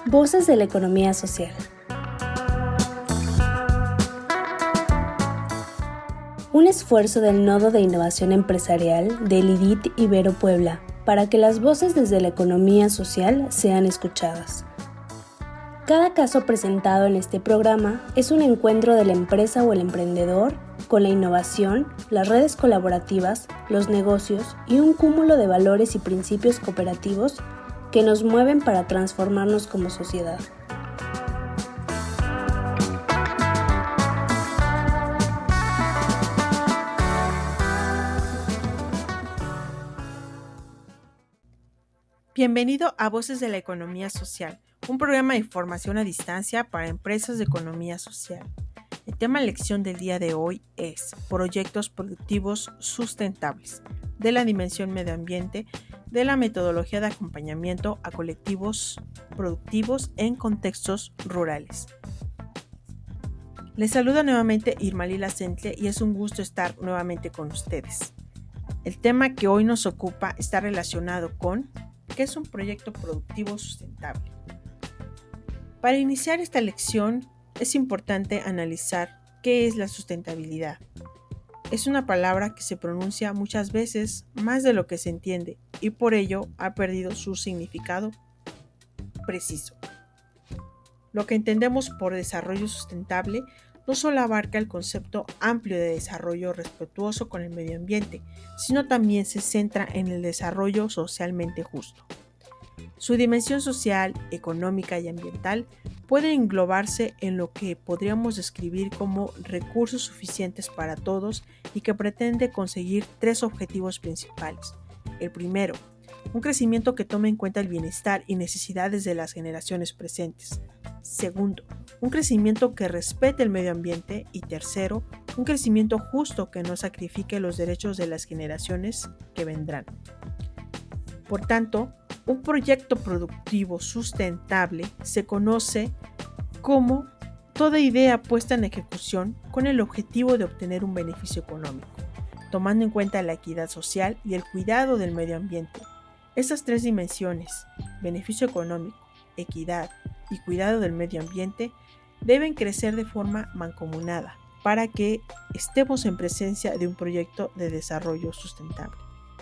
Voces de la economía social. Un esfuerzo del Nodo de Innovación Empresarial del IDIT Ibero Puebla para que las voces desde la economía social sean escuchadas. Cada caso presentado en este programa es un encuentro de la empresa o el emprendedor con la innovación, las redes colaborativas, los negocios y un cúmulo de valores y principios cooperativos que nos mueven para transformarnos como sociedad. Bienvenido a Voces de la Economía Social, un programa de formación a distancia para empresas de economía social. El tema de lección del día de hoy es proyectos productivos sustentables, de la dimensión medio ambiente, de la metodología de acompañamiento a colectivos productivos en contextos rurales. Les saluda nuevamente Irma Lila Sentle y es un gusto estar nuevamente con ustedes. El tema que hoy nos ocupa está relacionado con ¿qué es un proyecto productivo sustentable? Para iniciar esta lección es importante analizar qué es la sustentabilidad. Es una palabra que se pronuncia muchas veces más de lo que se entiende y por ello ha perdido su significado preciso. Lo que entendemos por desarrollo sustentable no solo abarca el concepto amplio de desarrollo respetuoso con el medio ambiente, sino también se centra en el desarrollo socialmente justo. Su dimensión social, económica y ambiental puede englobarse en lo que podríamos describir como recursos suficientes para todos y que pretende conseguir tres objetivos principales. El primero, un crecimiento que tome en cuenta el bienestar y necesidades de las generaciones presentes. Segundo, un crecimiento que respete el medio ambiente. Y tercero, un crecimiento justo que no sacrifique los derechos de las generaciones que vendrán. Por tanto, un proyecto productivo sustentable se conoce como toda idea puesta en ejecución con el objetivo de obtener un beneficio económico, tomando en cuenta la equidad social y el cuidado del medio ambiente. Estas tres dimensiones, beneficio económico, equidad y cuidado del medio ambiente, deben crecer de forma mancomunada para que estemos en presencia de un proyecto de desarrollo sustentable.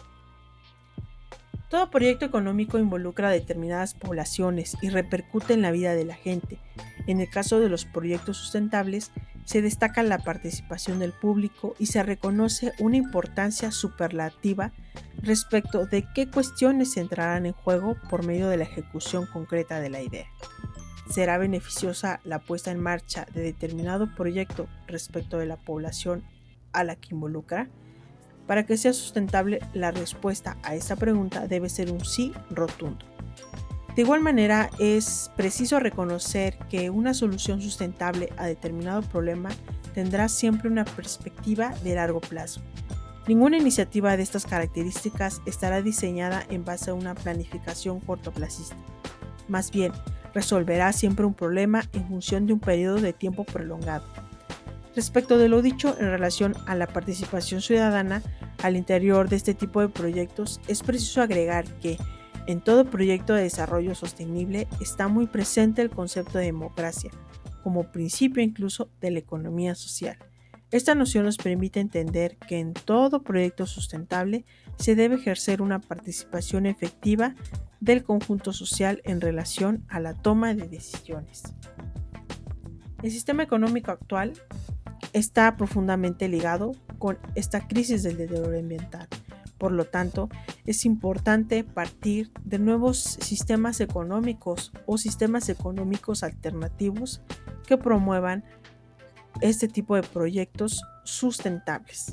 Todo proyecto económico involucra a determinadas poblaciones y repercute en la vida de la gente. En el caso de los proyectos sustentables, se destaca la participación del público y se reconoce una importancia superlativa respecto de qué cuestiones entrarán en juego por medio de la ejecución concreta de la idea. ¿Será beneficiosa la puesta en marcha de determinado proyecto respecto de la población a la que involucra? Para que sea sustentable, la respuesta a esta pregunta debe ser un sí rotundo. De igual manera, es preciso reconocer que una solución sustentable a determinado problema tendrá siempre una perspectiva de largo plazo. Ninguna iniciativa de estas características estará diseñada en base a una planificación cortoplacista. Más bien, resolverá siempre un problema en función de un periodo de tiempo prolongado. Respecto de lo dicho en relación a la participación ciudadana al interior de este tipo de proyectos, es preciso agregar que en todo proyecto de desarrollo sostenible está muy presente el concepto de democracia, como principio incluso de la economía social. Esta noción nos permite entender que en todo proyecto sustentable se debe ejercer una participación efectiva del conjunto social en relación a la toma de decisiones. El sistema económico actual está profundamente ligado con esta crisis del deterioro ambiental. Por lo tanto, es importante partir de nuevos sistemas económicos o sistemas económicos alternativos que promuevan este tipo de proyectos sustentables.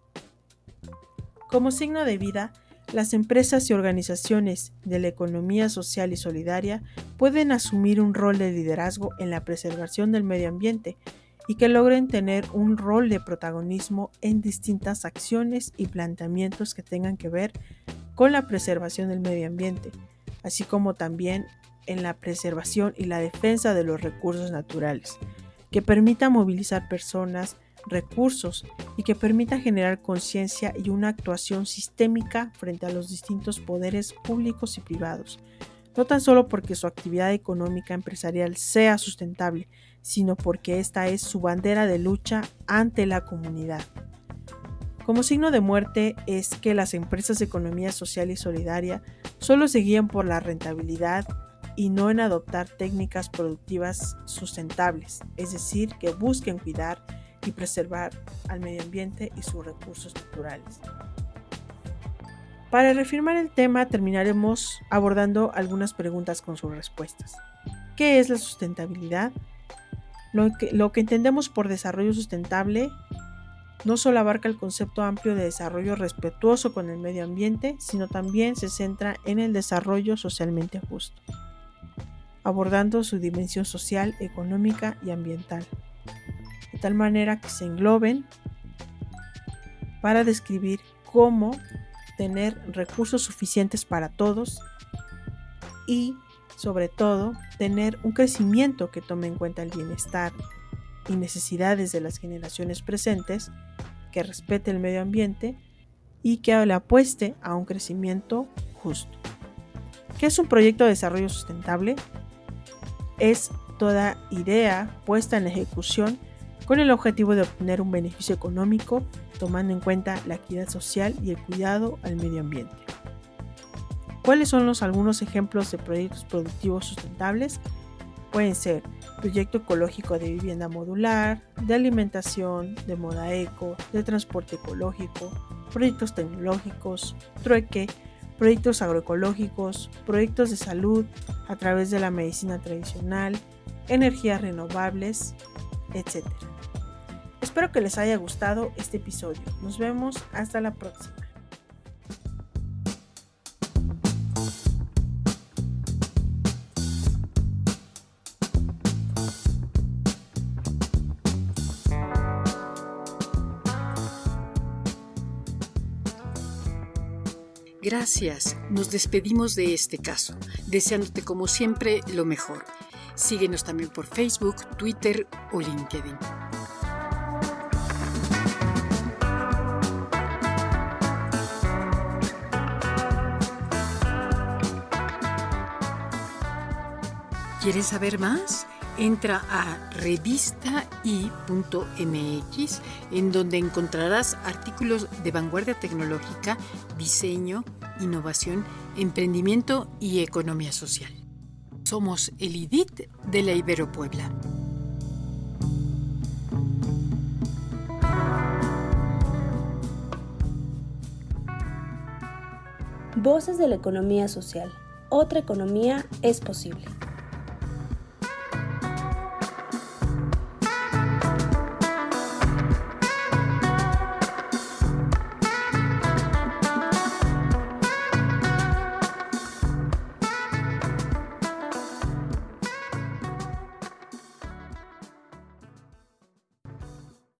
Como signo de vida, las empresas y organizaciones de la economía social y solidaria pueden asumir un rol de liderazgo en la preservación del medio ambiente y que logren tener un rol de protagonismo en distintas acciones y planteamientos que tengan que ver con la preservación del medio ambiente, así como también en la preservación y la defensa de los recursos naturales, que permita movilizar personas, recursos y que permita generar conciencia y una actuación sistémica frente a los distintos poderes públicos y privados, no tan solo porque su actividad económica empresarial sea sustentable, sino porque esta es su bandera de lucha ante la comunidad. Como signo de muerte es que las empresas de economía social y solidaria solo se guían por la rentabilidad y no en adoptar técnicas productivas sustentables, es decir, que busquen cuidar y preservar al medio ambiente y sus recursos naturales. Para reafirmar el tema, terminaremos abordando algunas preguntas con sus respuestas. ¿Qué es la sustentabilidad? Lo que entendemos por desarrollo sustentable no solo abarca el concepto amplio de desarrollo respetuoso con el medio ambiente, sino también se centra en el desarrollo socialmente justo, abordando su dimensión social, económica y ambiental, de tal manera que se engloben para describir cómo tener recursos suficientes para todos y, sobre todo, tener un crecimiento que tome en cuenta el bienestar y necesidades de las generaciones presentes, que respete el medio ambiente y que le apueste a un crecimiento justo. ¿Qué es un proyecto de desarrollo sustentable? Es toda idea puesta en ejecución con el objetivo de obtener un beneficio económico, tomando en cuenta la equidad social y el cuidado al medio ambiente. ¿Cuáles son algunos ejemplos de proyectos productivos sustentables? Pueden ser proyecto ecológico de vivienda modular, de alimentación, de moda eco, de transporte ecológico, proyectos tecnológicos, trueque, proyectos agroecológicos, proyectos de salud a través de la medicina tradicional, energías renovables, etc. Espero que les haya gustado este episodio. Nos vemos hasta la próxima. Gracias, nos despedimos de este caso, deseándote como siempre lo mejor. Síguenos también por Facebook, Twitter o LinkedIn. ¿Quieres saber más? Entra a revistai.mx, en donde encontrarás artículos de vanguardia tecnológica, diseño, innovación, emprendimiento y economía social. Somos el IDIT de la Ibero Puebla. Voces de la economía social. Otra economía es posible.